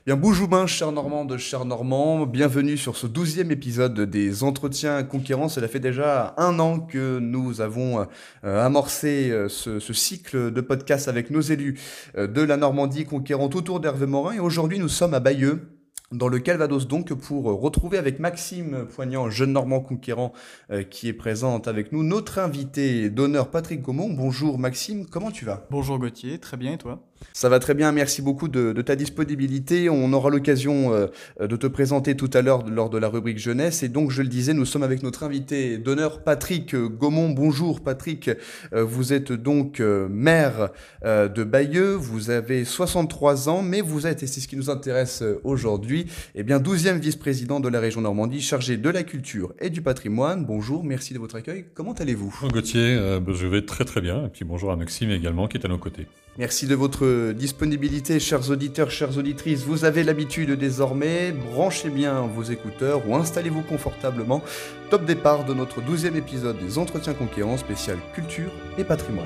Bien, bonjour, chers Normands, chers Normands, bienvenue sur ce 12e épisode des Entretiens Conquérants. Cela fait déjà un an que nous avons amorcé ce cycle de podcasts avec nos élus de la Normandie conquérante autour d'Hervé Morin. Et aujourd'hui, nous sommes à Bayeux, dans le Calvados, donc, pour retrouver avec Maxime Poignant, jeune Normand conquérant, qui est présente avec nous, notre invité d'honneur Patrick Gaumont. Bonjour Maxime, comment tu vas? Bonjour Gauthier, très bien et toi? Ça va très bien, merci beaucoup de ta disponibilité. On aura l'occasion de te présenter tout à l'heure lors de la rubrique jeunesse. Et donc, je le disais, nous sommes avec notre invité d'honneur, Patrick Gaumont. Bonjour Patrick, vous êtes donc maire de Bayeux, vous avez 63 ans, mais vous êtes, et c'est ce qui nous intéresse aujourd'hui, eh bien 12e vice-président de la région Normandie, chargé de la culture et du patrimoine. Bonjour, merci de votre accueil. Comment allez-vous? Bonjour Gauthier, je vais très très bien. Et puis bonjour à Maxime également qui est à nos côtés. Merci de votre disponibilité, chers auditeurs, chères auditrices. Vous avez l'habitude désormais, branchez bien vos écouteurs ou installez-vous confortablement. Top départ de notre 12e épisode des Entretiens Conquérants spécial culture et patrimoine.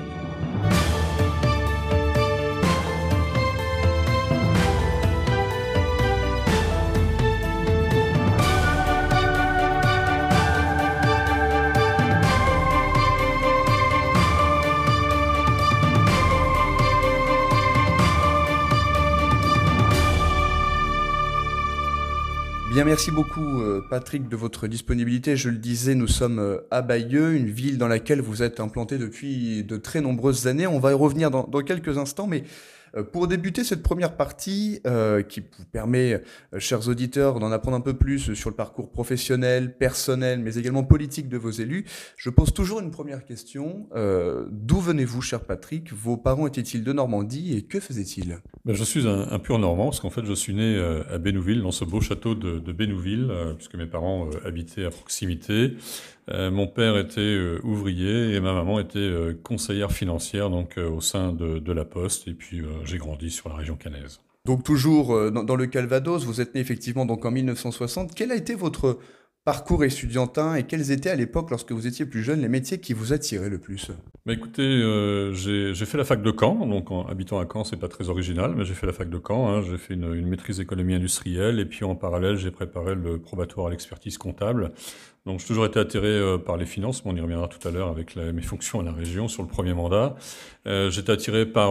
Bien, merci beaucoup Patrick de votre disponibilité. Je le disais, nous sommes à Bayeux, une ville dans laquelle vous êtes implanté depuis de très nombreuses années. On va y revenir dans quelques instants, mais pour débuter cette première partie, qui vous permet, chers auditeurs, d'en apprendre un peu plus sur le parcours professionnel, personnel, mais également politique de vos élus, je pose toujours une première question. D'où venez-vous, cher Patrick? Vos parents étaient-ils de Normandie et que faisaient-ils? Je suis un pur Normand parce qu'en fait je suis né à Bénouville, dans ce beau château de Bénouville, puisque mes parents habitaient à proximité. Mon père était ouvrier et ma maman était conseillère financière donc au sein de la Poste. Et puis j'ai grandi sur la région caennaise. Donc toujours dans le Calvados, vous êtes né effectivement donc en 1960. Quel a été votre parcours estudiantin et quels étaient à l'époque, lorsque vous étiez plus jeune, les métiers qui vous attiraient le plus? Écoutez, j'ai fait la fac de Caen, donc en habitant à Caen, c'est pas très original, mais j'ai fait la fac de Caen, hein, j'ai fait une maîtrise d'économie industrielle et puis en parallèle j'ai préparé le probatoire à l'expertise comptable. Donc j'ai toujours été attiré par les finances, mais on y reviendra tout à l'heure avec mes fonctions à la région sur le premier mandat. J'étais attiré par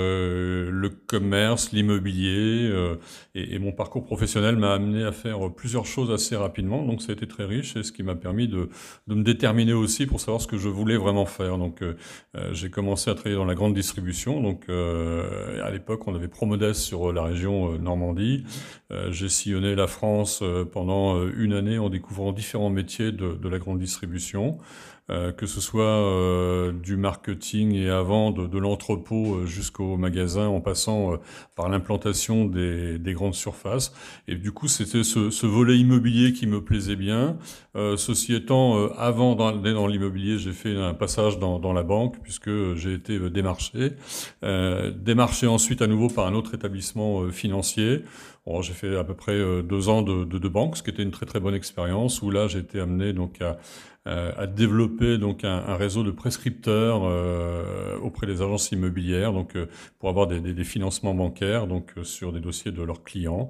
le commerce, l'immobilier, et mon parcours professionnel m'a amené à faire plusieurs choses assez rapidement, donc ça a été très riche et ce qui m'a permis de me déterminer aussi pour savoir ce que je voulais vraiment faire. Donc j'ai commencé à travailler dans la grande distribution, donc à l'époque on avait Promodès sur la région Normandie. J'ai sillonné la France pendant une année en découvrant différents métiers de la grande distribution. Que ce soit du marketing et avant de l'entrepôt jusqu'au magasin en passant par l'implantation des grandes surfaces. Et du coup, c'était ce volet immobilier qui me plaisait bien. Ceci étant, avant d'aller dans l'immobilier, j'ai fait un passage dans la banque puisque j'ai été démarché. Démarché ensuite à nouveau par un autre établissement financier. Bon, j'ai fait à peu près 2 ans de banque, ce qui était une très très bonne expérience où là j'ai été amené donc à développer donc un réseau de prescripteurs auprès des agences immobilières, donc pour avoir des financements bancaires donc sur des dossiers de leurs clients.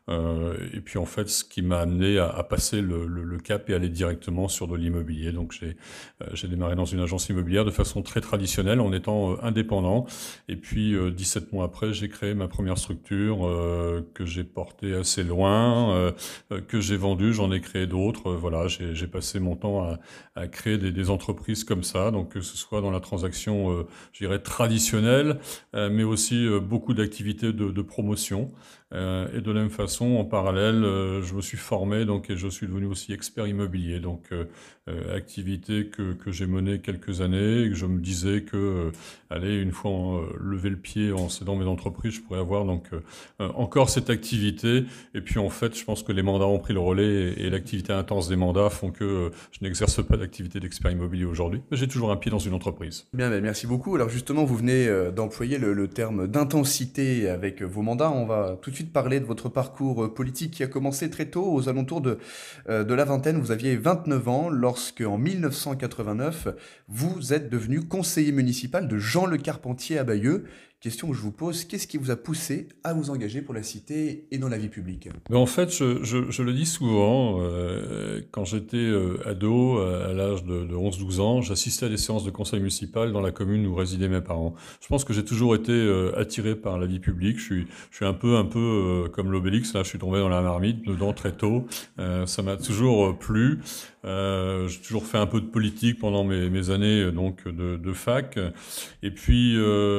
Et puis en fait, ce qui m'a amené à passer le cap et aller directement sur de l'immobilier. Donc j'ai démarré dans une agence immobilière de façon très traditionnelle en étant indépendant. Et puis 17 mois après, j'ai créé ma première structure que j'ai portée assez loin, que j'ai vendue, j'en ai créé d'autres. Voilà, j'ai passé mon temps à créer des entreprises comme ça, donc que ce soit dans la transaction, je dirais traditionnelle, mais aussi beaucoup d'activités de promotion. Et de la même façon, en parallèle, je me suis formé donc, et je suis devenu aussi expert immobilier. Donc, activité que j'ai menée quelques années et que je me disais que, allez, une fois levé le pied en cédant mes entreprises, je pourrais avoir donc encore cette activité. Et puis, en fait, je pense que les mandats ont pris le relais et l'activité intense des mandats font que je n'exerce pas d'activité d'expert immobilier aujourd'hui. Mais j'ai toujours un pied dans une entreprise. Bien, merci beaucoup. Alors justement, vous venez d'employer le terme d'intensité avec vos mandats. On va tout de suite parler de votre parcours politique qui a commencé très tôt, aux alentours de la vingtaine. Vous aviez 29 ans lorsque, en 1989, vous êtes devenu conseiller municipal de Jean Le Carpentier à Bayeux. question que je vous pose, qu'est-ce qui vous a poussé à vous engager pour la cité et dans la vie publique? Mais en fait, je le dis souvent, quand j'étais ado, à l'âge de 11-12 ans, j'assistais à des séances de conseil municipal dans la commune où résidaient mes parents. Je pense que j'ai toujours été attiré par la vie publique. Je suis un peu comme l'Obélix, là, je suis tombé dans la marmite dedans très tôt. Ça m'a toujours plu. J'ai toujours fait un peu de politique pendant mes années donc de fac. Et puis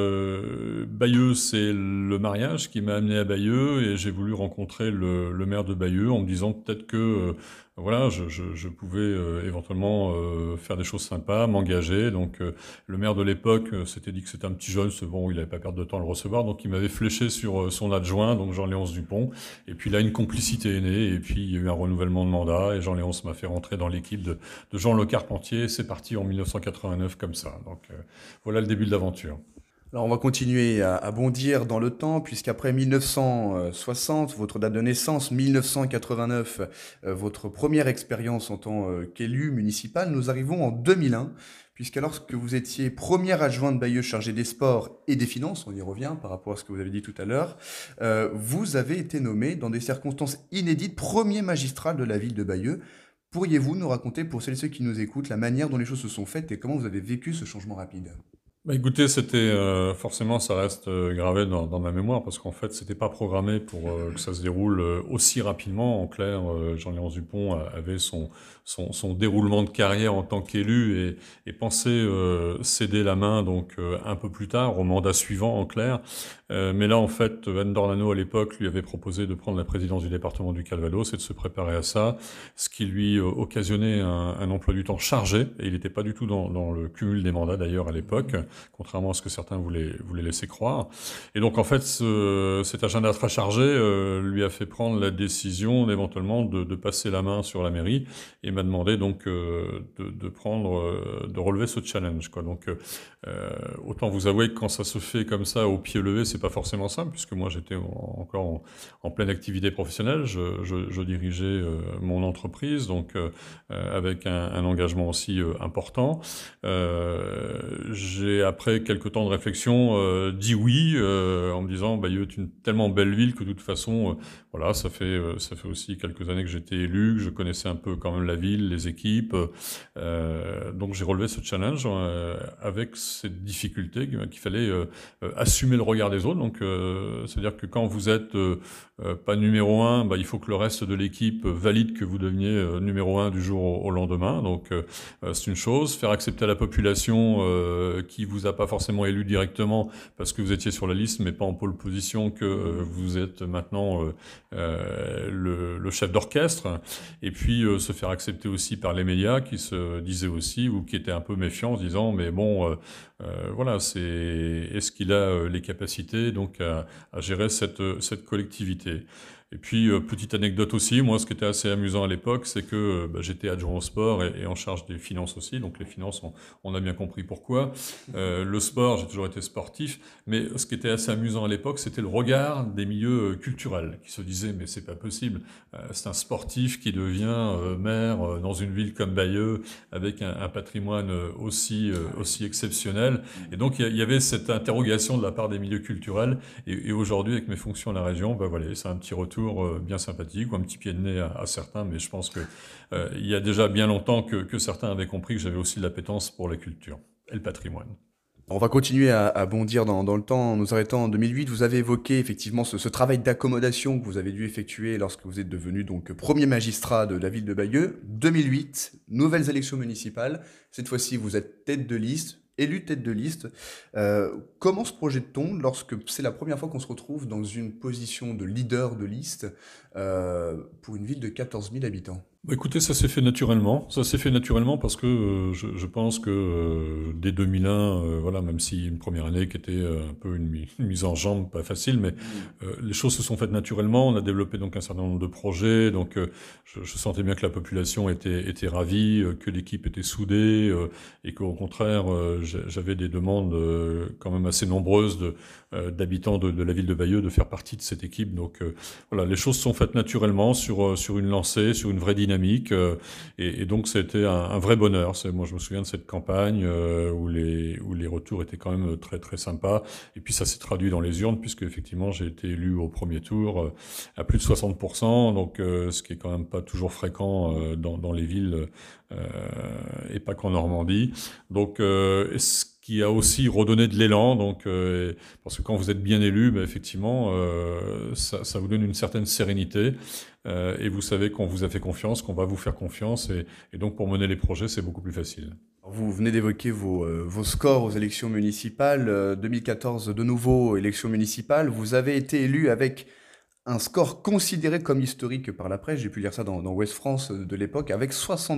Bayeux, c'est le mariage qui m'a amené à Bayeux et j'ai voulu rencontrer le maire de Bayeux en me disant peut-être que voilà, je pouvais éventuellement faire des choses sympas, m'engager. Donc le maire de l'époque s'était dit que c'était un petit jeune, c'est bon, il n'avait pas perdre de temps à le recevoir, donc il m'avait fléché sur son adjoint, donc Jean-Léonce Dupont. Et puis là, une complicité est née, et puis il y a eu un renouvellement de mandat, et Jean-Léonce m'a fait rentrer dans l'équipe de Jean Le Carpentier. C'est parti en 1989 comme ça. Donc voilà le début de l'aventure. Alors on va continuer à bondir dans le temps, puisqu'après 1960, votre date de naissance, 1989, votre première expérience en tant qu'élu municipal, nous arrivons en 2001, puisqu'alors que vous étiez première adjointe de Bayeux chargée des sports et des finances, on y revient par rapport à ce que vous avez dit tout à l'heure, vous avez été nommé dans des circonstances inédites premier magistrat de la ville de Bayeux. Pourriez-vous nous raconter, pour celles et ceux qui nous écoutent, la manière dont les choses se sont faites et comment vous avez vécu ce changement rapide? Bah écoutez, c'était forcément ça reste gravé dans ma mémoire parce qu'en fait c'était pas programmé pour que ça se déroule aussi rapidement. En clair, Jean-Léonce Dupont avait son déroulement de carrière en tant qu'élu et pensait céder la main donc un peu plus tard au mandat suivant en clair. Mais là en fait Anne Dornano à l'époque lui avait proposé de prendre la présidence du département du Calvados et de se préparer à ça, ce qui lui occasionnait un emploi du temps chargé et il n'était pas du tout dans le cumul des mandats d'ailleurs à l'époque, contrairement à ce que certains voulaient laisser croire. Et donc en fait, cet agenda très chargé lui a fait prendre la décision éventuellement de passer la main sur la mairie et m'a demandé donc de relever ce challenge, quoi. Donc autant vous avouer que quand ça se fait comme ça au pied levé, c'est pas forcément simple puisque moi j'étais encore en pleine activité professionnelle, je dirigeais mon entreprise donc avec un engagement aussi important. J'ai après quelques temps de réflexion dit oui en me disant Bayeux est une tellement belle ville que de toute façon voilà ça fait aussi quelques années que j'étais élu, que je connaissais un peu quand même la ville, les équipes donc j'ai relevé ce challenge avec cette difficulté qu'il fallait assumer le regard des autres. Donc c'est-à-dire que quand vous êtes pas numéro un, bah, il faut que le reste de l'équipe valide que vous deveniez numéro un du jour au lendemain. Donc c'est une chose. Faire accepter à la population qui vous a pas forcément élu directement parce que vous étiez sur la liste mais pas en pole position que vous êtes maintenant le chef d'orchestre. Et puis se faire accepter aussi par les médias qui se disaient aussi ou qui étaient un peu méfiants en se disant mais bon voilà, est-ce qu'il a les capacités donc à gérer cette collectivité. Et puis, petite anecdote aussi, moi, ce qui était assez amusant à l'époque, c'est que j'étais adjoint au sport et en charge des finances aussi. Donc, les finances, on a bien compris pourquoi. Le sport, j'ai toujours été sportif. Mais ce qui était assez amusant à l'époque, c'était le regard des milieux culturels qui se disaient, mais c'est pas possible. C'est un sportif qui devient maire dans une ville comme Bayeux avec un patrimoine aussi exceptionnel. Et donc, il y avait cette interrogation de la part des milieux culturels. Et aujourd'hui, avec mes fonctions à la région, voilà, c'est un petit retour bien sympathique ou un petit pied de nez à certains, mais je pense que il y a déjà bien longtemps que certains avaient compris que j'avais aussi de l'appétence pour la culture et le patrimoine. On va continuer à bondir dans le temps, en nous arrêtant en 2008. Vous avez évoqué effectivement ce travail d'accommodation que vous avez dû effectuer lorsque vous êtes devenu donc premier magistrat de la ville de Bayeux. 2008, nouvelles élections municipales. Cette fois-ci, vous êtes tête de liste, élu tête de liste. Comment se projette-t-on lorsque c'est la première fois qu'on se retrouve dans une position de leader de liste pour une ville de 14 000 habitants? Écoutez, ça s'est fait naturellement. Ça s'est fait naturellement parce que je pense que dès 2001, voilà, même si une première année qui était un peu une mise en jambe, pas facile, mais les choses se sont faites naturellement. On a développé donc un certain nombre de projets. Donc, je sentais bien que la population était ravie, que l'équipe était soudée, et qu'au contraire, j'avais des demandes quand même assez nombreuses d'habitants de la ville de Bayeux de faire partie de cette équipe. Donc, voilà, les choses se sont faites naturellement sur une lancée, sur une vraie dynamique. dynamique, et donc c'était un vrai bonheur. Moi, je me souviens de cette campagne où les retours étaient quand même très très sympas. Et puis ça s'est traduit dans les urnes, puisque effectivement j'ai été élu au premier tour à plus de 60%, donc ce qui est quand même pas toujours fréquent dans les villes et pas qu'en Normandie. Donc ce qui a aussi redonné de l'élan, donc parce que quand vous êtes bien élu, ben, effectivement, ça vous donne une certaine sérénité, et vous savez qu'on vous a fait confiance, qu'on va vous faire confiance, et donc pour mener les projets, c'est beaucoup plus facile. Vous venez d'évoquer vos scores aux élections municipales. 2014, de nouveau, élections municipales. Vous avez été élu avec un score considéré comme historique par la presse. J'ai pu lire ça dans Ouest France de l'époque, avec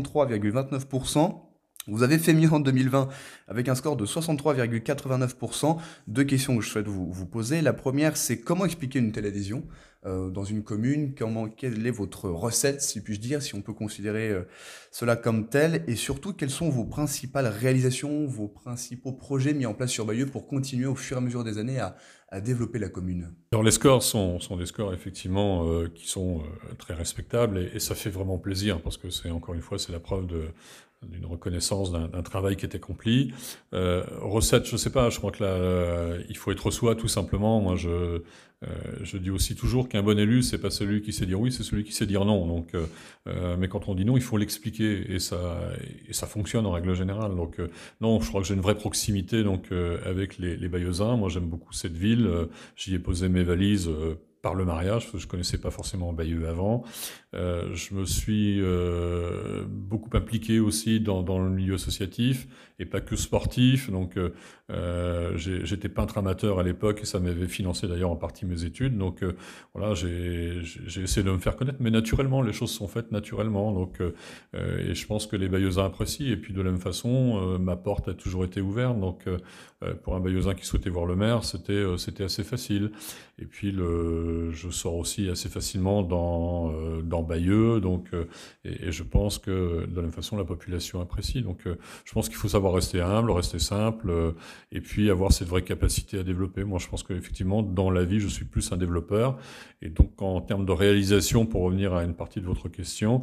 63,29%. Vous avez fait mieux en 2020 avec un score de 63,89%. Deux questions que je souhaite vous poser. La première, c'est comment expliquer une telle adhésion dans une commune? Quelle est votre recette, si puis-je dire, si on peut considérer cela comme tel? Et surtout, quelles sont vos principales réalisations, vos principaux projets mis en place sur Bayeux pour continuer au fur et à mesure des années à développer la commune? Alors les scores sont des scores effectivement qui sont très respectables, et ça fait vraiment plaisir, parce que c'est encore une fois c'est la preuve d'une reconnaissance d'un travail qui est accompli. Recette, je sais pas, je crois que là, il faut être soi tout simplement. Moi, je dis aussi toujours qu'un bon élu, c'est pas celui qui sait dire oui, c'est celui qui sait dire non. Donc, mais quand on dit non, il faut l'expliquer, et ça fonctionne en règle générale. Donc, non, je crois que j'ai une vraie proximité donc avec les Bayeuxins. Moi, j'aime beaucoup cette ville. J'y ai posé mes valises. Par le mariage, parce que je connaissais pas forcément Bayeux avant. Je me suis beaucoup impliqué aussi dans le milieu associatif, et pas que sportif. Donc j'étais peintre amateur à l'époque, et ça m'avait financé d'ailleurs en partie mes études. Donc voilà, j'ai essayé de me faire connaître, mais naturellement, les choses sont faites naturellement. Donc et je pense que les Bayeuxins apprécient. Et puis de la même façon, ma porte a toujours été ouverte. Donc pour un Bayeuxin qui souhaitait voir le maire, c'était assez facile. Et puis je sors aussi assez facilement dans Bayeux, donc et je pense que de la même façon la population apprécie. Donc je pense qu'il faut savoir rester humble, rester simple, et puis avoir cette vraie capacité à développer. Moi, je pense qu'effectivement dans la vie, je suis plus un développeur, et donc en termes de réalisation, pour revenir à une partie de votre question,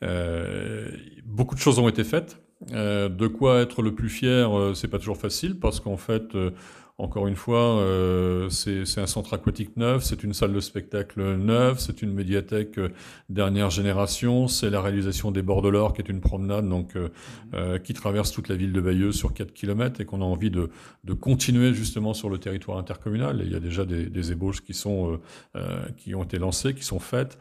beaucoup de choses ont été faites. De quoi être le plus fier, c'est pas toujours facile, parce qu'en fait, encore une fois, c'est un centre aquatique neuf, c'est une salle de spectacle neuve, c'est une médiathèque dernière génération, c'est la réalisation des Bords de l'Or, qui est une promenade donc qui traverse toute la ville de Bayeux sur 4 kilomètres, et qu'on a envie de continuer justement sur le territoire intercommunal. Et il y a déjà des ébauches qui ont été lancées, qui sont faites.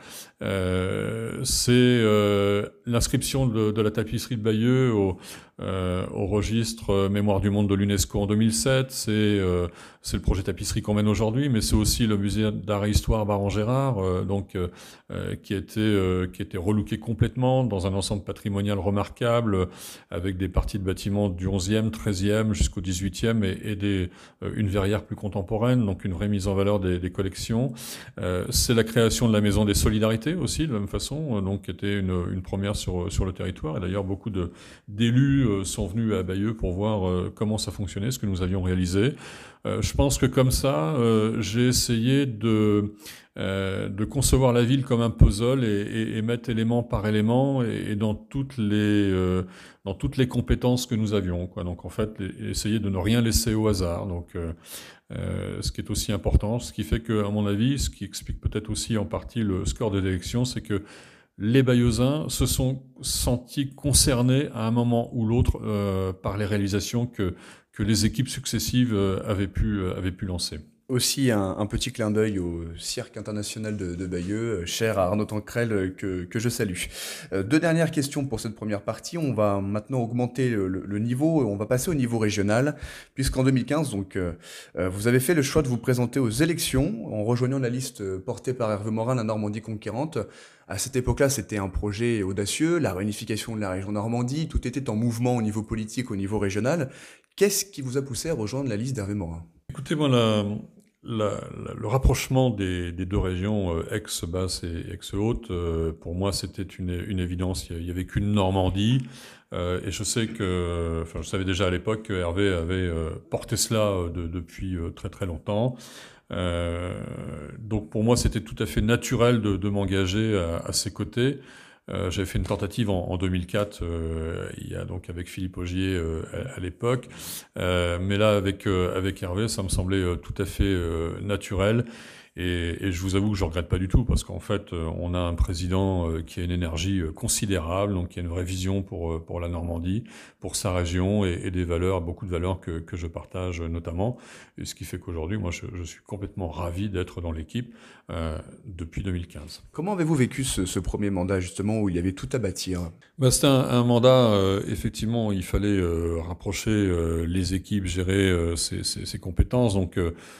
C'est l'inscription de la tapisserie de Bayeux au registre Mémoire du monde de l'UNESCO en 2007. C'est le projet tapisserie qu'on mène aujourd'hui, mais c'est aussi le musée d'art et histoire Baron-Gérard, qui a été relooké complètement dans un ensemble patrimonial remarquable, avec des parties de bâtiments du 11e, 13e jusqu'au 18e, et une verrière plus contemporaine, donc une vraie mise en valeur des collections. C'est la création de la Maison des Solidarités aussi, de la même façon, donc qui était une première sur le territoire. Et d'ailleurs, beaucoup d'élus sont venus à Bayeux pour voir comment ça fonctionnait, ce que nous avions réalisé. Je pense que comme ça, j'ai essayé de concevoir la ville comme un puzzle, et mettre élément par élément, et dans toutes les compétences que nous avions, quoi. Donc en fait, essayer de ne rien laisser au hasard. Donc ce qui est aussi important, ce qui fait que, à mon avis, ce qui explique peut-être aussi en partie le score des élections, c'est que les Bayeuxins se sont sentis concernés à un moment ou l'autre par les réalisations que les équipes successives avaient pu lancer. Aussi un petit clin d'œil au Cirque international de Bayeux, cher à Arnaud Tancrel, que je salue. Deux dernières questions pour cette première partie. On va maintenant augmenter le niveau, on va passer au niveau régional, puisqu'en 2015, donc, vous avez fait le choix de vous présenter aux élections en rejoignant la liste portée par Hervé Morin, la Normandie conquérante. À cette époque-là, c'était un projet audacieux, la réunification de la région Normandie, tout était en mouvement au niveau politique, au niveau régional. Qu'est-ce qui vous a poussé à rejoindre la liste d'Hervé Morin? Écoutez, moi, le rapprochement des deux régions, Aix-Basse et Aix-Haute, pour moi, c'était une évidence. Il y avait qu'une Normandie, et je savais déjà à l'époque que Hervé avait porté cela depuis très très longtemps. Donc pour moi, c'était tout à fait naturel de m'engager à ses côtés. J'avais fait une tentative en 2004, il y a donc avec Philippe Augier à l'époque. Mais là, avec Hervé, ça me semblait tout à fait naturel. Et je vous avoue que je regrette pas du tout parce qu'en fait, on a un président qui a une énergie considérable, donc qui a une vraie vision pour la Normandie, pour sa région et des valeurs, beaucoup de valeurs que je partage notamment. Et ce qui fait qu'aujourd'hui, moi, je suis complètement ravi d'être dans l'équipe depuis 2015. Comment avez-vous vécu ce premier mandat, justement, où il y avait tout à bâtir? Bah, c'était un mandat, effectivement, il fallait rapprocher les équipes, gérer ses compétences. Donc,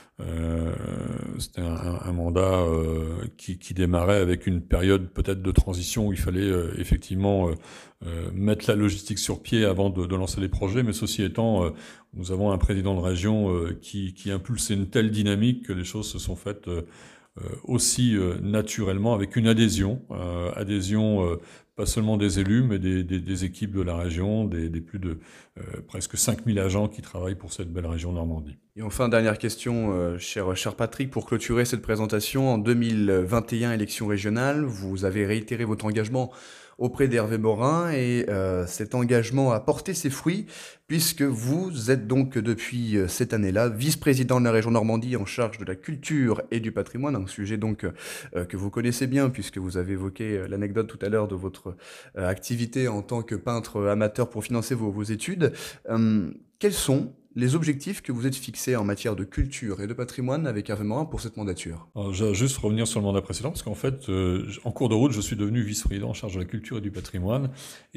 c'était un mandat qui démarrait avec une période peut-être de transition où il fallait effectivement mettre la logistique sur pied avant de lancer les projets. Mais ceci étant, nous avons un président de région qui impulsait une telle dynamique que les choses se sont faites aussi naturellement avec une adhésion pas seulement des élus, mais des équipes de la région, des plus de presque 5000 agents qui travaillent pour cette belle région Normandie. Et enfin, dernière question, cher Patrick, pour clôturer cette présentation, en 2021, élection régionale, vous avez réitéré votre engagement auprès d'Hervé Morin et cet engagement a porté ses fruits puisque vous êtes donc depuis cette année-là vice-président de la région Normandie en charge de la culture et du patrimoine, un sujet donc que vous connaissez bien puisque vous avez évoqué l'anecdote tout à l'heure de votre activité en tant que peintre amateur pour financer vos études. Quels sont les objectifs que vous êtes fixés en matière de culture et de patrimoine avec Hervé Morin pour cette mandature? Alors, je vais juste revenir sur le mandat précédent, parce qu'en fait, en cours de route, je suis devenu vice-président en charge de la culture et du patrimoine.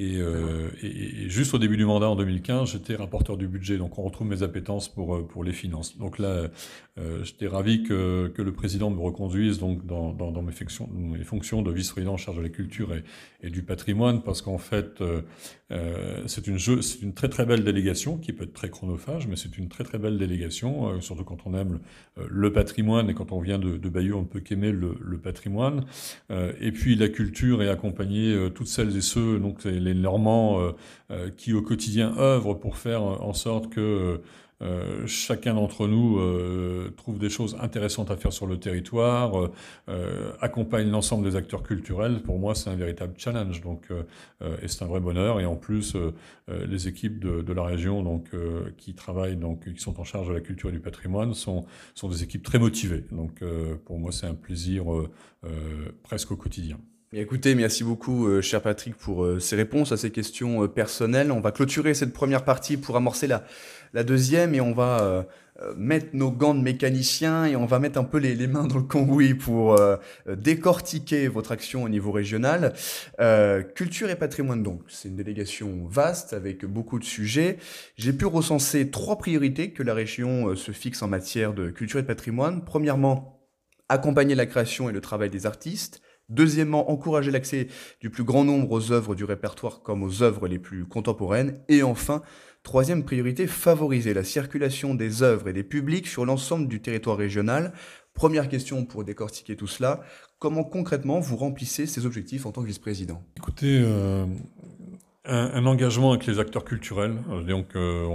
Et juste au début du mandat, en 2015, j'étais rapporteur du budget. Donc, on retrouve mes appétences pour les finances. Donc là, j'étais ravi que le président me reconduise donc, dans mes fonctions de vice-président en charge de la culture et du patrimoine, parce qu'en fait, c'est une très très belle délégation qui peut être très chronophage, mais c'est une très très belle délégation, surtout quand on aime le patrimoine et quand on vient de Bayeux, on ne peut qu'aimer le patrimoine. Et puis la culture et accompagner toutes celles et ceux, donc les Normands, qui au quotidien œuvrent pour faire en sorte que chacun d'entre nous trouve des choses intéressantes à faire sur le territoire, accompagne l'ensemble des acteurs culturels. Pour moi, c'est un véritable challenge, donc, et c'est un vrai bonheur. Et en plus, les équipes de la région, donc, qui travaillent, donc, qui sont en charge de la culture et du patrimoine, sont des équipes très motivées. Donc, pour moi, c'est un plaisir presque au quotidien. Écoutez, merci beaucoup, cher Patrick, pour ces réponses à ces questions personnelles. On va clôturer cette première partie pour amorcer la deuxième et on va mettre nos gants de mécanicien et on va mettre un peu les mains dans le cambouis pour décortiquer votre action au niveau régional. Culture et patrimoine, donc, c'est une délégation vaste avec beaucoup de sujets. J'ai pu recenser 3 priorités que la région se fixe en matière de culture et de patrimoine. Premièrement, accompagner la création et le travail des artistes. Deuxièmement, encourager l'accès du plus grand nombre aux œuvres du répertoire comme aux œuvres les plus contemporaines. Et enfin, troisième priorité, favoriser la circulation des œuvres et des publics sur l'ensemble du territoire régional. Première question pour décortiquer tout cela, comment concrètement vous remplissez ces objectifs en tant que vice-président? Écoutez, un engagement avec les acteurs culturels, donc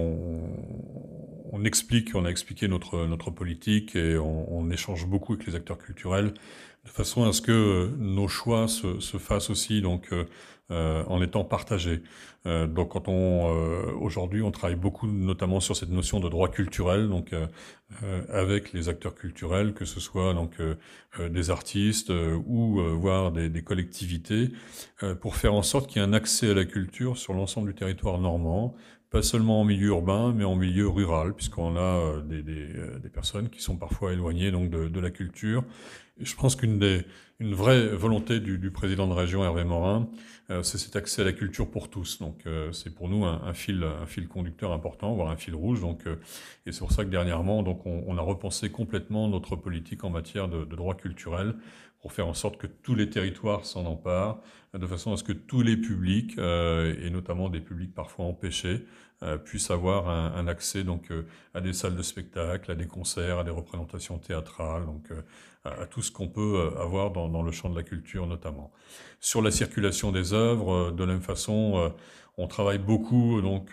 on a expliqué notre politique et on échange beaucoup avec les acteurs culturels de façon à ce que nos choix se fassent aussi donc en étant partagés. Donc aujourd'hui on travaille beaucoup notamment sur cette notion de droit culturel, donc avec les acteurs culturels, que ce soit donc des artistes ou voire des collectivités, pour faire en sorte qu'il y ait un accès à la culture sur l'ensemble du territoire normand, pas seulement en milieu urbain, mais en milieu rural, puisqu'on a des personnes qui sont parfois éloignées donc de la culture. Et je pense une vraie volonté du président de région, Hervé Morin, c'est cet accès à la culture pour tous. Donc c'est pour nous un fil conducteur important, voire un fil rouge. Donc, et c'est pour ça que dernièrement, donc, on a repensé complètement notre politique en matière de droit culturel, pour faire en sorte que tous les territoires s'en emparent, de façon à ce que tous les publics, et notamment des publics parfois empêchés, puissent avoir un accès donc à des salles de spectacle, à des concerts, à des représentations théâtrales, donc à tout ce qu'on peut avoir dans le champ de la culture notamment. Sur la circulation des œuvres, de la même façon, On travaille beaucoup donc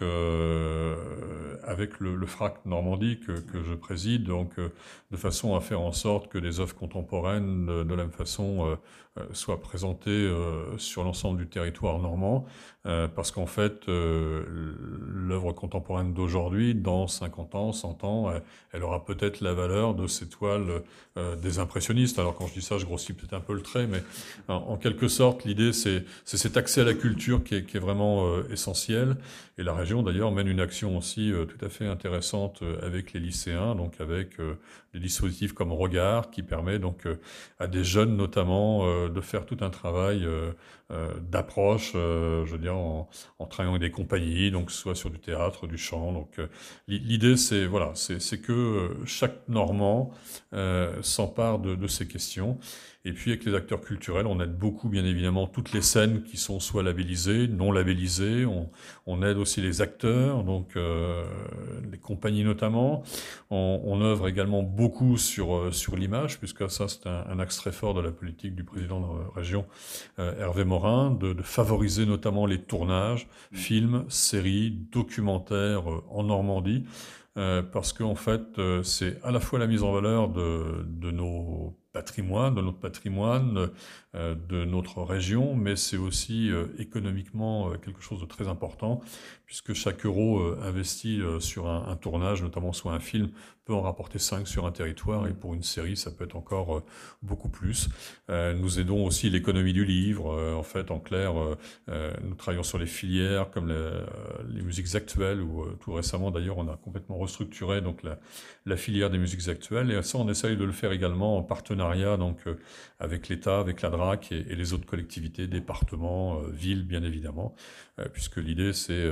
avec le FRAC Normandie que je préside, donc de façon à faire en sorte que les œuvres contemporaines de la même façon soient présentées sur l'ensemble du territoire normand, parce qu'en fait l'œuvre contemporaine d'aujourd'hui, dans 50 ans, 100 ans, elle aura peut-être la valeur de ces toiles des impressionnistes. Alors quand je dis ça, je grossis peut-être un peu le trait, mais en quelque sorte, l'idée c'est cet accès à la culture qui est vraiment essentiel. Et la région d'ailleurs mène une action aussi tout à fait intéressante avec les lycéens, donc avec des dispositifs comme Regard, qui permet donc à des jeunes notamment de faire tout un travail d'approche, je veux dire, en travaillant avec des compagnies, donc soit sur du théâtre, du chant. Donc l'idée c'est voilà, c'est que chaque Normand s'empare de ces questions. Et puis avec les acteurs culturels, on aide beaucoup bien évidemment toutes les scènes qui sont soit labellisées, non labellisées. On aide aussi les acteurs, donc les compagnies notamment. On œuvre également beaucoup sur l'image, puisque ça c'est un axe très fort de la politique du président de la région, Hervé Morin, de favoriser notamment les tournages, films, séries, documentaires en Normandie. Parce qu'en fait, c'est à la fois la mise en valeur de nos patrimoines, de notre patrimoine, de notre région, mais c'est aussi économiquement quelque chose de très important, puisque chaque euro investi sur un tournage, notamment soit un film, peut en rapporter 5 sur un territoire, et pour une série, ça peut être encore beaucoup plus. Nous aidons aussi l'économie du livre. En fait, en clair, nous travaillons sur les filières comme les musiques actuelles, ou tout récemment d'ailleurs, on a complètement restructuré donc la filière des musiques actuelles, et ça, on essaye de le faire également en partenariat donc avec l'État, avec la DRAC et les autres collectivités, départements, villes, bien évidemment, puisque l'idée, c'est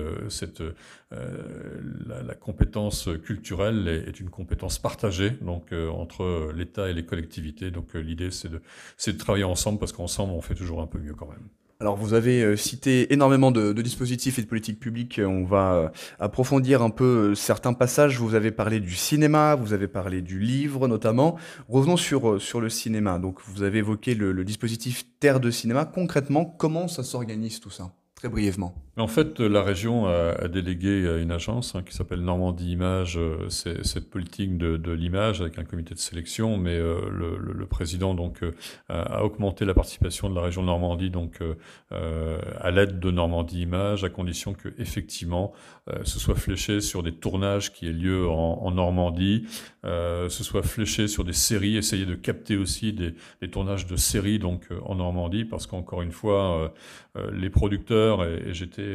la compétence culturelle est une compétence partagée donc entre l'État et les collectivités. Donc l'idée, c'est de travailler ensemble, parce qu'ensemble, on fait toujours un peu mieux quand même. Alors vous avez cité énormément de dispositifs et de politiques publiques. On va approfondir un peu certains passages. Vous avez parlé du cinéma, vous avez parlé du livre notamment. Revenons sur le cinéma. Donc vous avez évoqué le dispositif Terre de cinéma. Concrètement, comment ça s'organise tout ça? Très brièvement. En fait, la région a délégué à une agence qui s'appelle Normandie Image, cette politique de l'image avec un comité de sélection, mais le président donc a augmenté la participation de la région de Normandie donc à l'aide de Normandie Image, à condition que effectivement ce soit fléché sur des tournages qui aient lieu en Normandie, ce soit fléché sur des séries, essayer de capter aussi des tournages de séries donc en Normandie, parce qu'encore une fois les producteurs, et j'étais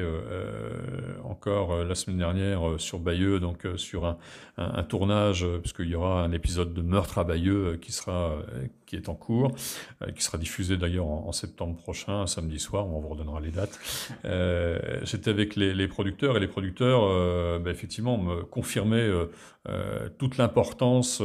encore la semaine dernière sur Bayeux, donc sur un tournage, puisqu'il y aura un épisode de Meurtre à Bayeux qui est en cours, qui sera diffusé d'ailleurs en septembre prochain, un samedi soir, on vous redonnera les dates. J'étais avec les producteurs, et les producteurs effectivement me confirmaient toute l'importance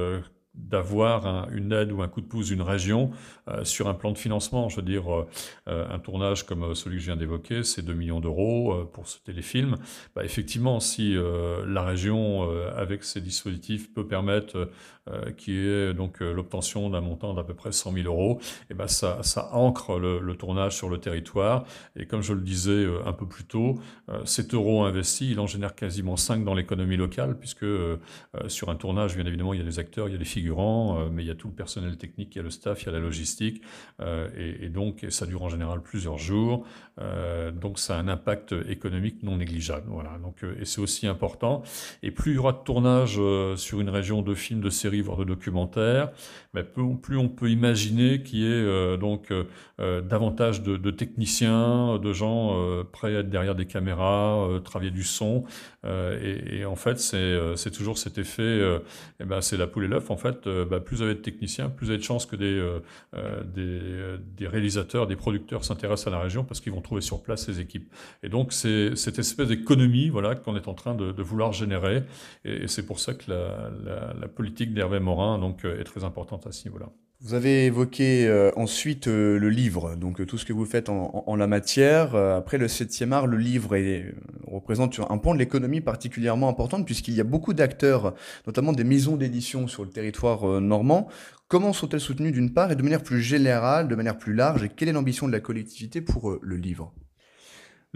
d'avoir une aide ou un coup de pouce d'une région sur un plan de financement. Je veux dire, un tournage comme celui que je viens d'évoquer, c'est 2 millions d'euros pour ce téléfilm. Effectivement, si la région, avec ses dispositifs, peut permettre qu'il y ait donc l'obtention d'un montant d'à peu près 100 000 euros, et ça ancre le tournage sur le territoire. Et comme je le disais un peu plus tôt, cet euro investi, il en génère quasiment 5 dans l'économie locale, puisque sur un tournage, bien évidemment, il y a les acteurs, il y a les figurants, mais il y a tout le personnel technique, il y a le staff, il y a la logistique, et donc ça dure en général plusieurs jours, donc ça a un impact économique non négligeable. Voilà. Donc, et c'est aussi important. Et plus il y aura de tournage sur une région de films, de séries, voire de documentaires, plus on peut imaginer qu'il y ait davantage de techniciens, de gens prêts à être derrière des caméras, travailler du son, et en fait c'est toujours cet effet, c'est la poule et l'œuf en fait. Plus vous avez de techniciens, plus vous avez de chances que des réalisateurs, des producteurs s'intéressent à la région, parce qu'ils vont trouver sur place ces équipes. Et donc c'est cette espèce d'économie qu'on est en train de vouloir générer, et c'est pour ça que la politique d'Hervé Morin donc est très importante à ce niveau-là. Vous avez évoqué ensuite le livre, donc tout ce que vous faites en la matière. Après le 7e art, le livre représente un pan de l'économie particulièrement importante, puisqu'il y a beaucoup d'acteurs, notamment des maisons d'édition sur le territoire normand. Comment sont-elles soutenues d'une part, et de manière plus générale, de manière plus large, et quelle est l'ambition de la collectivité pour le livre ?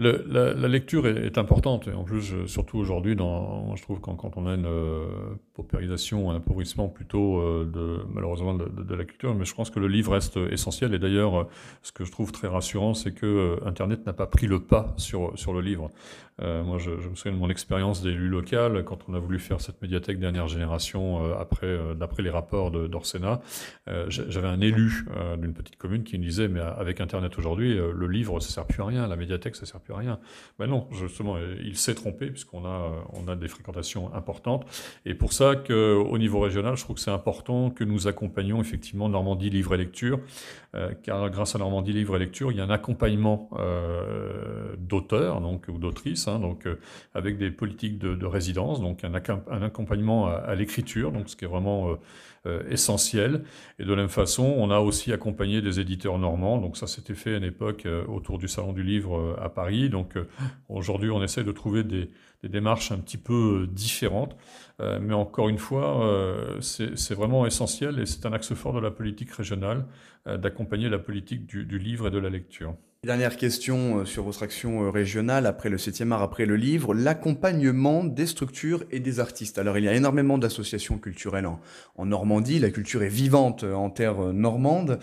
La lecture est importante, et en plus, surtout aujourd'hui, je trouve quand on a une paupérisation, un appauvrissement plutôt malheureusement de la culture, mais je pense que le livre reste essentiel. Et d'ailleurs, ce que je trouve très rassurant, c'est que Internet n'a pas pris le pas sur le livre. Moi, je me souviens de mon expérience d'élu local, quand on a voulu faire cette médiathèque dernière génération, d'après les rapports d'Orsena. J'avais un élu d'une petite commune qui me disait, mais avec Internet aujourd'hui, le livre, ça sert plus à rien, la médiathèque, ça sert plus à rien. Ben non, justement, il s'est trompé, puisqu'on a des fréquentations importantes. Et pour ça qu'au niveau régional, je trouve que c'est important que nous accompagnions effectivement Normandie Livre et Lecture, car grâce à Normandie Livre et Lecture, il y a un accompagnement d'auteurs ou d'autrices, avec des politiques de résidence, donc un accompagnement à l'écriture, donc ce qui est vraiment essentiel. Et de la même façon, on a aussi accompagné des éditeurs normands, donc ça s'était fait à une époque autour du Salon du Livre à Paris. Donc aujourd'hui, on essaie de trouver des démarches un petit peu différentes, mais encore une fois, c'est vraiment essentiel et c'est un axe fort de la politique régionale d'accompagner la politique du livre et de la lecture. Dernière question sur votre action régionale, après le 7e art, après le livre, l'accompagnement des structures et des artistes. Alors il y a énormément d'associations culturelles en Normandie, la culture est vivante en terre normande,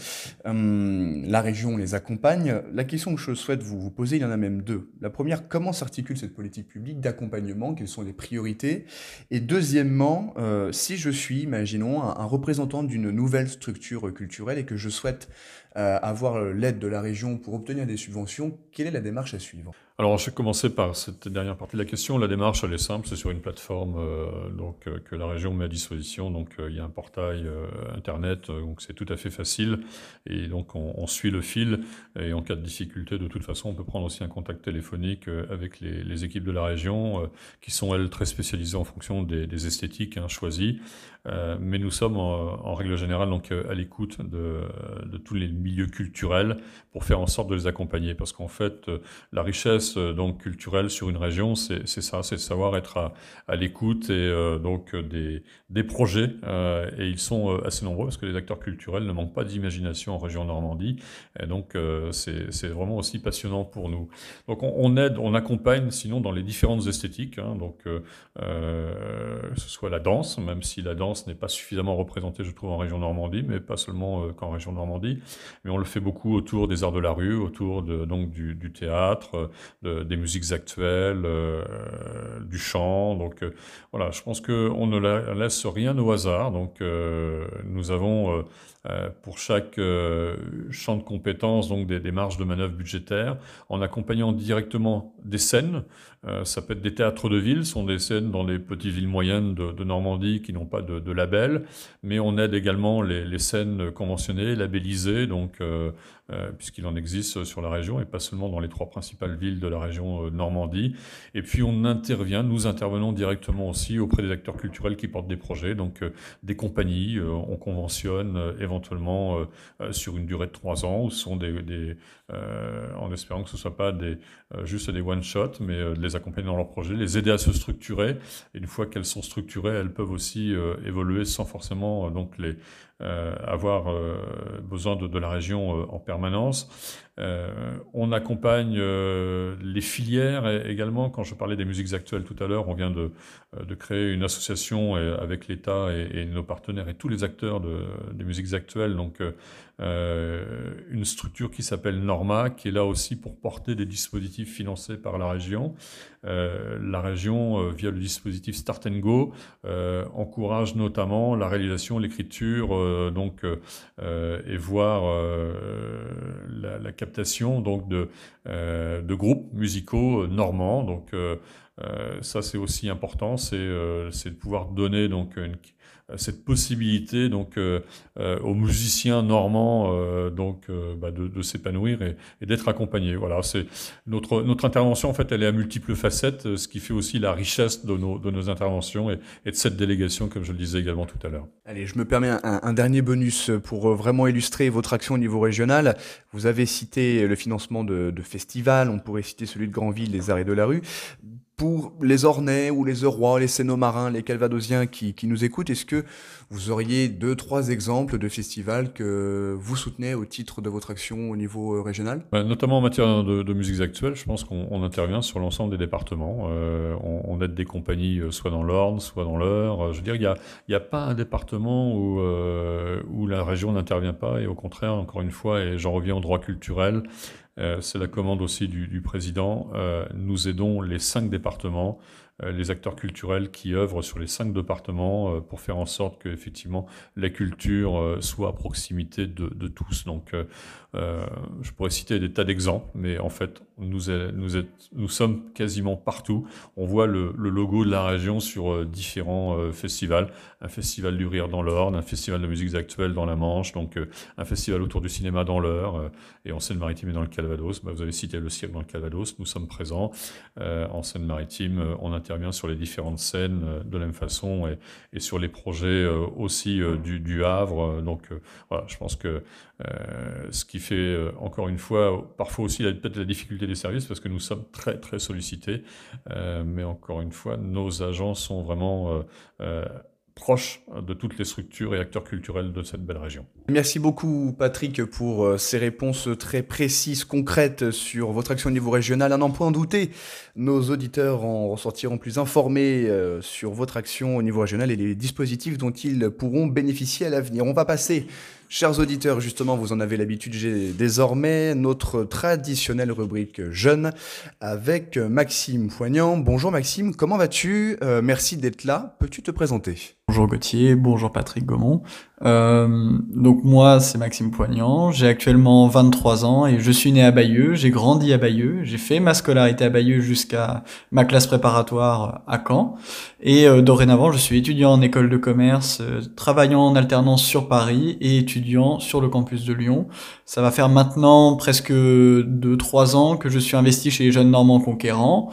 la région les accompagne. La question que je souhaite vous poser, il y en a même deux. La première, comment s'articule cette politique publique d'accompagnement, quelles sont les priorités? Et deuxièmement, si je suis, imaginons, un représentant d'une nouvelle structure culturelle et que je souhaite avoir l'aide de la région pour obtenir des subventions, quelle est la démarche à suivre? Alors, je vais commencer par cette dernière partie de la question. La démarche, elle est simple, c'est sur une plateforme que la région met à disposition. Donc, il y a un portail Internet, donc c'est tout à fait facile. Et donc, on suit le fil. Et en cas de difficulté, de toute façon, on peut prendre aussi un contact téléphonique avec les équipes de la région, qui sont, elles, très spécialisées en fonction des esthétiques choisies. Mais nous sommes, en règle générale, donc, à l'écoute de tous les milieux culturels pour faire en sorte de les accompagner. Parce qu'en fait, la richesse donc culturelle sur une région, c'est ça, c'est de savoir être à l'écoute et donc des projets et ils sont assez nombreux parce que les acteurs culturels ne manquent pas d'imagination en région Normandie et donc c'est vraiment aussi passionnant pour nous. Donc on aide, on accompagne sinon dans les différentes esthétiques, que ce soit la danse, même si la danse n'est pas suffisamment représentée je trouve en région Normandie, mais pas seulement qu'en région Normandie, mais on le fait beaucoup autour des arts de la rue, autour donc du théâtre, des musiques actuelles, du chant. Donc voilà, je pense qu'on ne laisse rien au hasard. Donc nous avons pour chaque champ de compétences donc des marges de manœuvre budgétaires en accompagnant directement des scènes. Ça peut être des théâtres de ville, ce sont des scènes dans les petites villes moyennes de Normandie qui n'ont pas de label, mais on aide également les scènes conventionnées, labellisées, donc puisqu'il en existe sur la région et pas seulement dans les 3 principales villes de la région Normandie. Et puis nous intervenons directement aussi auprès des acteurs culturels qui portent des projets, donc des compagnies, on conventionne éventuellement sur une durée de 3 ans, où ce sont en espérant que ce ne soit pas juste des one-shots, mais de les accompagner dans leurs projets, les aider à se structurer. Et une fois qu'elles sont structurées, elles peuvent aussi évoluer sans forcément avoir besoin de la région en permanence. On accompagne les filières également. Quand je parlais des musiques actuelles tout à l'heure, on vient de créer une association avec l'État et nos partenaires et tous les acteurs des musiques actuelles, donc une structure qui s'appelle Norma, qui est là aussi pour porter des dispositifs financés par la région. La région, via le dispositif Start and Go, encourage notamment la réalisation, l'écriture, et voir la captation donc de groupes musicaux normands. Donc ça c'est aussi important, c'est de pouvoir donner donc cette possibilité donc aux musiciens normands de s'épanouir et d'être accompagnés. Voilà, c'est notre intervention en fait, elle est à multiples facettes, ce qui fait aussi la richesse de nos interventions et de cette délégation, comme je le disais également tout à l'heure. Allez, je me permets un dernier bonus pour vraiment illustrer votre action au niveau régional. Vous avez cité le financement de festivals, on pourrait citer celui de Granville, les Arts et de la rue. Pour les Ornais ou les Eurois, les Cénomarins, les Calvadosiens qui nous écoutent, est-ce que vous auriez 2, 3 exemples de festivals que vous soutenez au titre de votre action au niveau régional? Notamment en matière de musiques actuelles, je pense qu'on intervient sur l'ensemble des départements. On aide des compagnies soit dans l'Orne, soit dans l'Eure. Je veux dire, il y a pas un département où la région n'intervient pas. Et au contraire, encore une fois, et j'en reviens au droit culturel, c'est la commande aussi du président. Nous aidons les 5 départements, les acteurs culturels qui œuvrent sur les 5 départements pour faire en sorte que effectivement la culture soit à proximité de tous. Donc, je pourrais citer des tas d'exemples, mais en fait, nous sommes quasiment partout. On voit le logo de la région sur différents festivals. Un festival du rire dans l'Orne, un festival de musiques actuelles dans la Manche, donc un festival autour du cinéma dans l'Eure, et en Seine-Maritime et dans le Calvados. Vous avez cité le cirque dans le Calvados, nous sommes présents. En Seine-Maritime, on intervient sur les différentes scènes de la même façon et sur les projets aussi du Havre. Donc voilà, je pense que ce qui fait encore une fois parfois aussi peut-être la difficulté des services parce que nous sommes très très sollicités, mais encore une fois nos agents sont vraiment proches de toutes les structures et acteurs culturels de cette belle région. Merci beaucoup Patrick pour ces réponses très précises, concrètes sur votre action au niveau régional. À n'en point douter, nos auditeurs en ressortiront plus informés sur votre action au niveau régional et les dispositifs dont ils pourront bénéficier à l'avenir. On va passer, chers auditeurs, justement, vous en avez l'habitude désormais, notre traditionnelle rubrique Jeunes avec Maxime Poignant. Bonjour Maxime, comment vas-tu? Merci d'être là. Peux-tu te présenter? Bonjour Gauthier, bonjour Patrick Gaumont. Donc moi c'est Maxime Poignant, j'ai actuellement 23 ans et je suis né à Bayeux, j'ai grandi à Bayeux, j'ai fait ma scolarité à Bayeux jusqu'à ma classe préparatoire à Caen et dorénavant je suis étudiant en école de commerce, travaillant en alternance sur Paris et étudiant sur le campus de Lyon. Ça va faire maintenant presque 2-3 ans que je suis investi chez les Jeunes Normands Conquérants.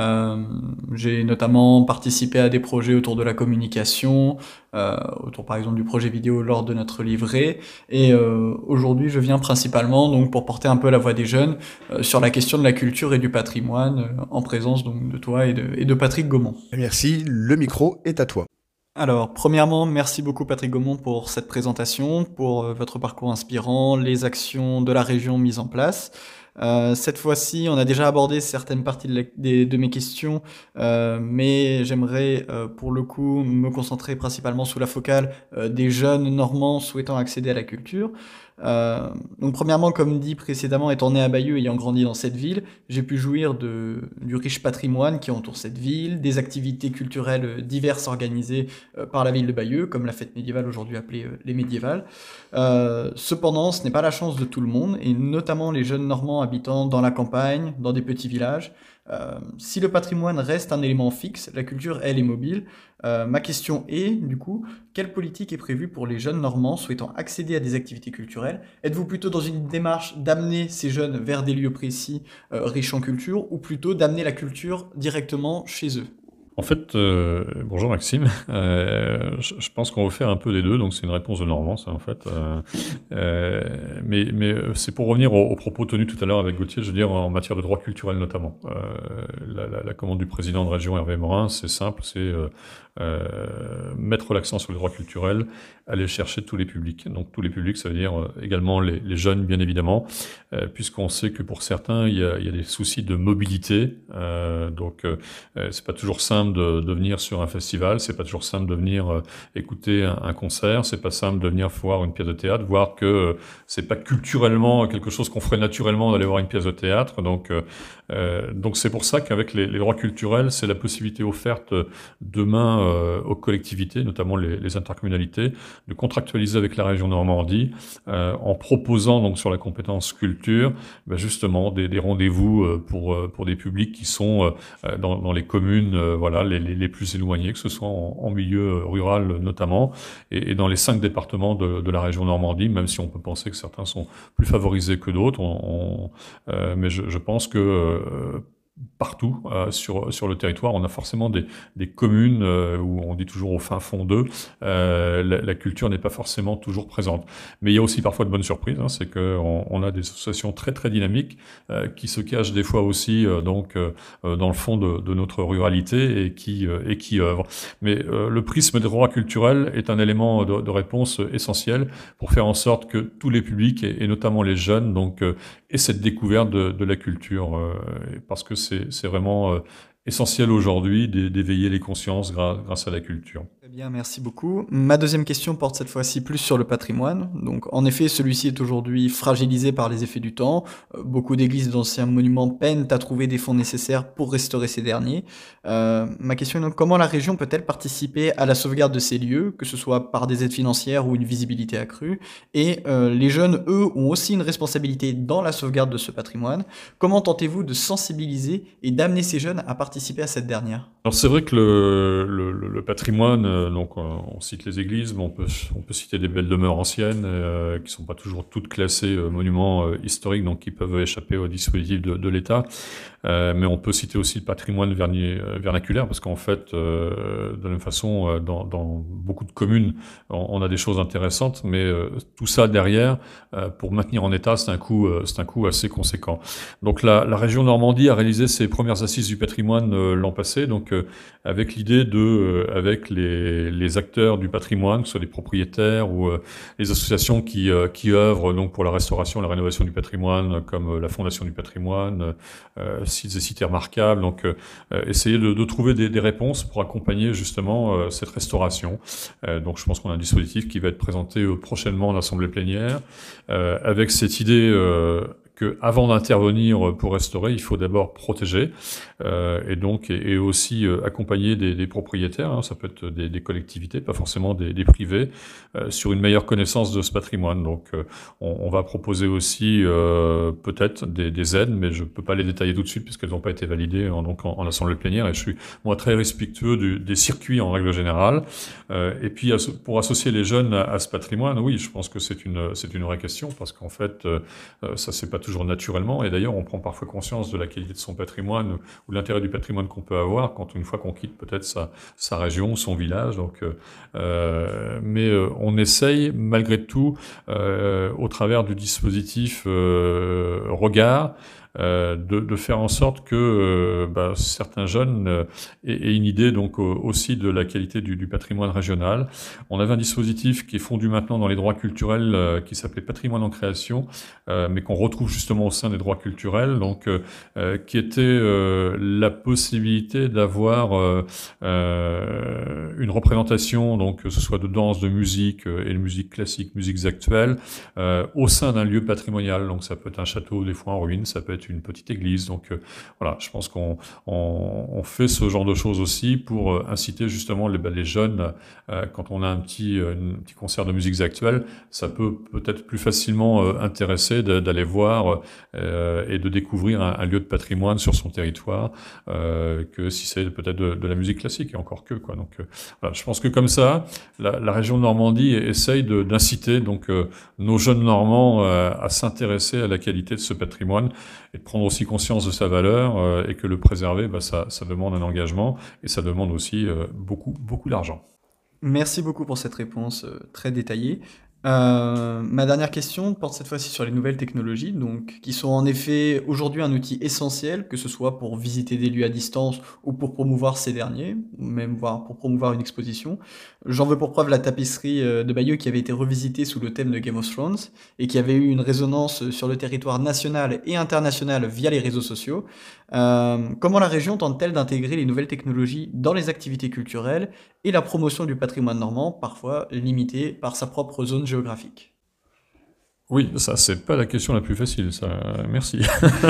J'ai notamment participé à des projets autour de la communication, autour par exemple du projet vidéo lors de notre livret, et aujourd'hui je viens principalement donc pour porter un peu la voix des jeunes sur la question de la culture et du patrimoine, en présence donc de toi et de Patrick Gaumont. Merci, le micro est à toi. Alors, premièrement, merci beaucoup Patrick Gaumont pour cette présentation, pour votre parcours inspirant, les actions de la région mises en place. Cette fois-ci, on a déjà abordé certaines parties de mes questions, mais j'aimerais pour le coup me concentrer principalement sous la focale des jeunes Normands souhaitant accéder à la culture. Donc premièrement, comme dit précédemment, étant né à Bayeux, ayant grandi dans cette ville, j'ai pu jouir du riche patrimoine qui entoure cette ville, des activités culturelles diverses organisées par la ville de Bayeux, comme la fête médiévale aujourd'hui appelée les médiévales. Cependant, ce n'est pas la chance de tout le monde, et notamment les jeunes Normands habitant dans la campagne, dans des petits villages. Si le patrimoine reste un élément fixe, la culture, elle, est mobile. Ma question est, du coup, quelle politique est prévue pour les jeunes Normands souhaitant accéder à des activités culturelles? Êtes-vous plutôt dans une démarche d'amener ces jeunes vers des lieux précis, riches en culture, ou plutôt d'amener la culture directement chez eux? En fait, bonjour Maxime, je pense qu'on va faire un peu des deux, donc c'est une réponse de Normand, ça en fait. Mais c'est pour revenir aux propos tenus tout à l'heure avec Gauthier, je veux dire en matière de droit culturel notamment. La commande du président de région Hervé Morin, c'est simple, c'est mettre l'accent sur le droit culturel, aller chercher tous les publics. Donc tous les publics, ça veut dire également les jeunes, bien évidemment, puisqu'on sait que pour certains, il y a des soucis de mobilité, donc c'est pas toujours simple de venir sur un festival, c'est pas toujours simple de venir écouter un concert, c'est pas simple de venir voir une pièce de théâtre, voir que c'est pas culturellement quelque chose qu'on ferait naturellement d'aller voir une pièce de théâtre. Donc c'est pour ça qu'avec les droits culturels, c'est la possibilité offerte demain aux collectivités, notamment les intercommunalités, de contractualiser avec la région Normandie en proposant donc sur la compétence culture justement des rendez-vous pour des publics qui sont dans les communes voilà les plus éloignés, que ce soit en milieu rural notamment, et dans les 5 départements de la région Normandie, même si on peut penser que certains sont plus favorisés que d'autres, mais je pense que partout sur le territoire. On a forcément des communes où on dit toujours au fin fond d'eux, la culture n'est pas forcément toujours présente. Mais il y a aussi parfois de bonnes surprises, hein, c'est qu'on a des associations très très dynamiques qui se cachent des fois aussi dans le fond de notre ruralité et qui œuvrent. Mais le prisme des droits culturels est un élément de réponse essentiel pour faire en sorte que tous les publics et notamment les jeunes aient cette découverte de la culture parce que c'est vraiment essentiel aujourd'hui d'éveiller les consciences grâce à la culture. Très bien, merci beaucoup. Ma deuxième question porte cette fois-ci plus sur le patrimoine. Donc, en effet, celui-ci est aujourd'hui fragilisé par les effets du temps. Beaucoup d'églises d'anciens monuments peinent à trouver des fonds nécessaires pour restaurer ces derniers. Ma question est donc, comment la région peut-elle participer à la sauvegarde de ces lieux, que ce soit par des aides financières ou une visibilité accrue? Et les jeunes, eux, ont aussi une responsabilité dans la sauvegarde de ce patrimoine. Comment tentez-vous de sensibiliser et d'amener ces jeunes à participer à cette dernière? Alors c'est vrai que le patrimoine, on cite les églises, mais on peut citer des belles demeures anciennes qui sont pas toujours toutes classées monuments historiques, donc qui peuvent échapper au dispositif de l'État. Mais on peut citer aussi le patrimoine vernaculaire, parce qu'en fait, de la même façon, dans beaucoup de communes, on a des choses intéressantes, mais tout ça derrière, pour maintenir en état, c'est un coût assez conséquent. Donc la région Normandie a réalisé ses premières assises du patrimoine l'an passé, donc avec l'idée avec les acteurs du patrimoine, que ce soit des propriétaires ou les associations qui œuvrent donc pour la restauration, la rénovation du patrimoine, comme la Fondation du patrimoine, sites et sites remarquables, donc essayer de trouver des réponses pour accompagner justement cette restauration. Donc je pense qu'on a un dispositif qui va être présenté prochainement en assemblée plénière, avec cette idée que avant d'intervenir pour restaurer, il faut d'abord protéger et aussi accompagner des propriétaires, hein, ça peut être des collectivités, pas forcément des privés, sur une meilleure connaissance de ce patrimoine. Donc on va proposer aussi peut-être des aides, mais je peux pas les détailler tout de suite puisqu'elles n'ont pas été validées en assemblée plénière, et je suis moi très respectueux des circuits en règle générale. Et puis pour associer les jeunes à ce patrimoine, oui, je pense que c'est une vraie question, parce qu'en fait ça c'est pas toujours naturellement, et d'ailleurs on prend parfois conscience de la qualité de son patrimoine ou de l'intérêt du patrimoine qu'on peut avoir une fois qu'on quitte peut-être sa région, son village. Donc, mais on essaye malgré tout, au travers du dispositif Regard, de faire en sorte que certains jeunes aient une idée aussi de la qualité du patrimoine régional. On avait un dispositif qui est fondu maintenant dans les droits culturels qui s'appelait Patrimoine en création, mais qu'on retrouve justement au sein des droits culturels, qui était la possibilité d'avoir une représentation, donc que ce soit de danse, de musique et de musique classique, musiques actuelles, au sein d'un lieu patrimonial. Donc ça peut être un château des fois en ruine, ça peut être une petite église. Donc voilà, je pense qu'on fait ce genre de choses aussi pour inciter justement les jeunes, quand on a un petit concert de musiques actuelles, ça peut peut-être plus facilement intéresser d'aller voir et de découvrir un lieu de patrimoine sur son territoire que si c'est peut-être de la musique classique, et encore que quoi. Donc voilà, je pense que comme ça, la région de Normandie essaye d'inciter nos jeunes Normands à s'intéresser à la qualité de ce patrimoine et de prendre aussi conscience de sa valeur, et que le préserver, ça demande un engagement, et ça demande aussi beaucoup d'argent. Merci beaucoup pour cette réponse très détaillée. Ma dernière question porte cette fois-ci sur les nouvelles technologies, donc qui sont en effet aujourd'hui un outil essentiel, que ce soit pour visiter des lieux à distance ou pour promouvoir ces derniers, ou même voire pour promouvoir une exposition. J'en veux pour preuve la tapisserie de Bayeux qui avait été revisitée sous le thème de Game of Thrones et qui avait eu une résonance sur le territoire national et international via les réseaux sociaux. Comment la région tente-t-elle d'intégrer les nouvelles technologies dans les activités culturelles et la promotion du patrimoine normand, parfois limitée par sa propre zone géographique? Oui, ça c'est pas la question la plus facile, ça. Merci.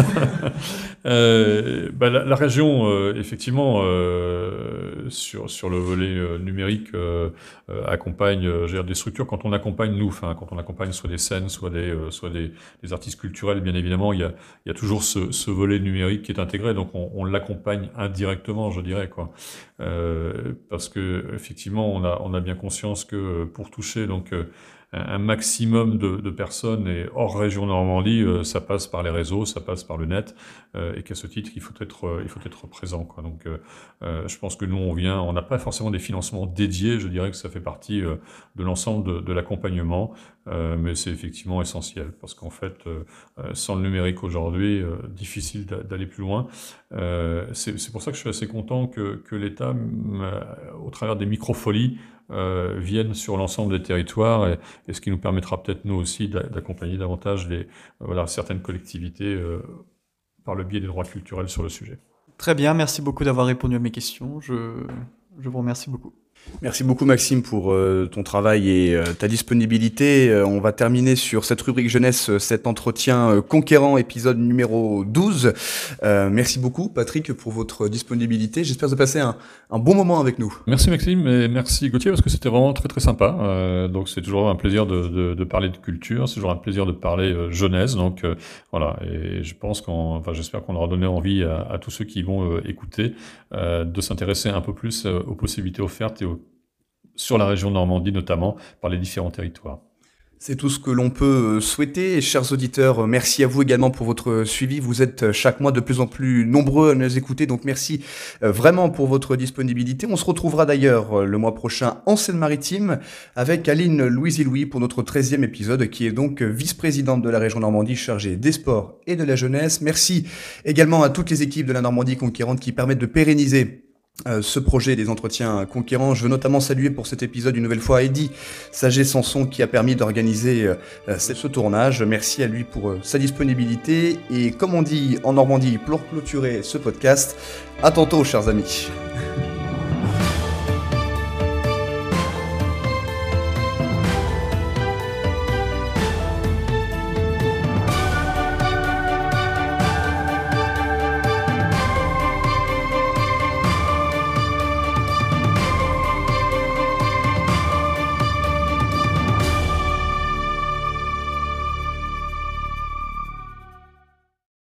La région, effectivement, sur le volet numérique, accompagne, je veux dire, des structures. Quand on accompagne quand on accompagne soit des scènes, soit des artistes culturels, bien évidemment, il y a toujours ce volet numérique qui est intégré. Donc on l'accompagne indirectement, je dirais, quoi. Parce que effectivement, on a bien conscience que pour toucher un maximum de personnes, et hors région Normandie, ça passe par les réseaux, ça passe par le net, et qu'à ce titre, il faut être présent, quoi. Donc, je pense que nous, on n'a pas forcément des financements dédiés, je dirais que ça fait partie de l'ensemble de l'accompagnement, mais c'est effectivement essentiel, parce qu'en fait, sans le numérique aujourd'hui, difficile d'aller plus loin. C'est pour ça que je suis assez content que l'État, au travers des microfolies, vienne sur l'ensemble des territoires, et ce qui nous permettra peut-être nous aussi d'accompagner davantage certaines collectivités par le biais des droits culturels sur le sujet. Très bien, merci beaucoup d'avoir répondu à mes questions. Je vous remercie beaucoup. Merci beaucoup Maxime pour ton travail et ta disponibilité. On va terminer sur cette rubrique jeunesse, cet entretien conquérant, épisode numéro 12. Merci beaucoup Patrick pour votre disponibilité. J'espère que vous passez un bon moment avec nous. Merci Maxime et merci Gauthier, parce que c'était vraiment très très sympa. Donc c'est toujours un plaisir de parler de culture, c'est toujours un plaisir de parler jeunesse. Donc voilà, et je pense j'espère qu'on aura donné envie à tous ceux qui vont écouter de s'intéresser un peu plus aux possibilités offertes et sur la région Normandie, notamment par les différents territoires. C'est tout ce que l'on peut souhaiter. Et chers auditeurs, merci à vous également pour votre suivi. Vous êtes chaque mois de plus en plus nombreux à nous écouter, donc merci vraiment pour votre disponibilité. On se retrouvera d'ailleurs le mois prochain en Seine-Maritime avec Aline Louisy-Louis pour notre 13e épisode, qui est donc vice-présidente de la région Normandie chargée des sports et de la jeunesse. Merci également à toutes les équipes de la Normandie conquérante qui permettent de pérenniser ce projet des entretiens conquérants. Je veux notamment saluer pour cet épisode une nouvelle fois Eddy Saget-Sanson qui a permis d'organiser ce tournage. Merci à lui pour sa disponibilité, et comme on dit en Normandie pour clôturer ce podcast, à tantôt chers amis.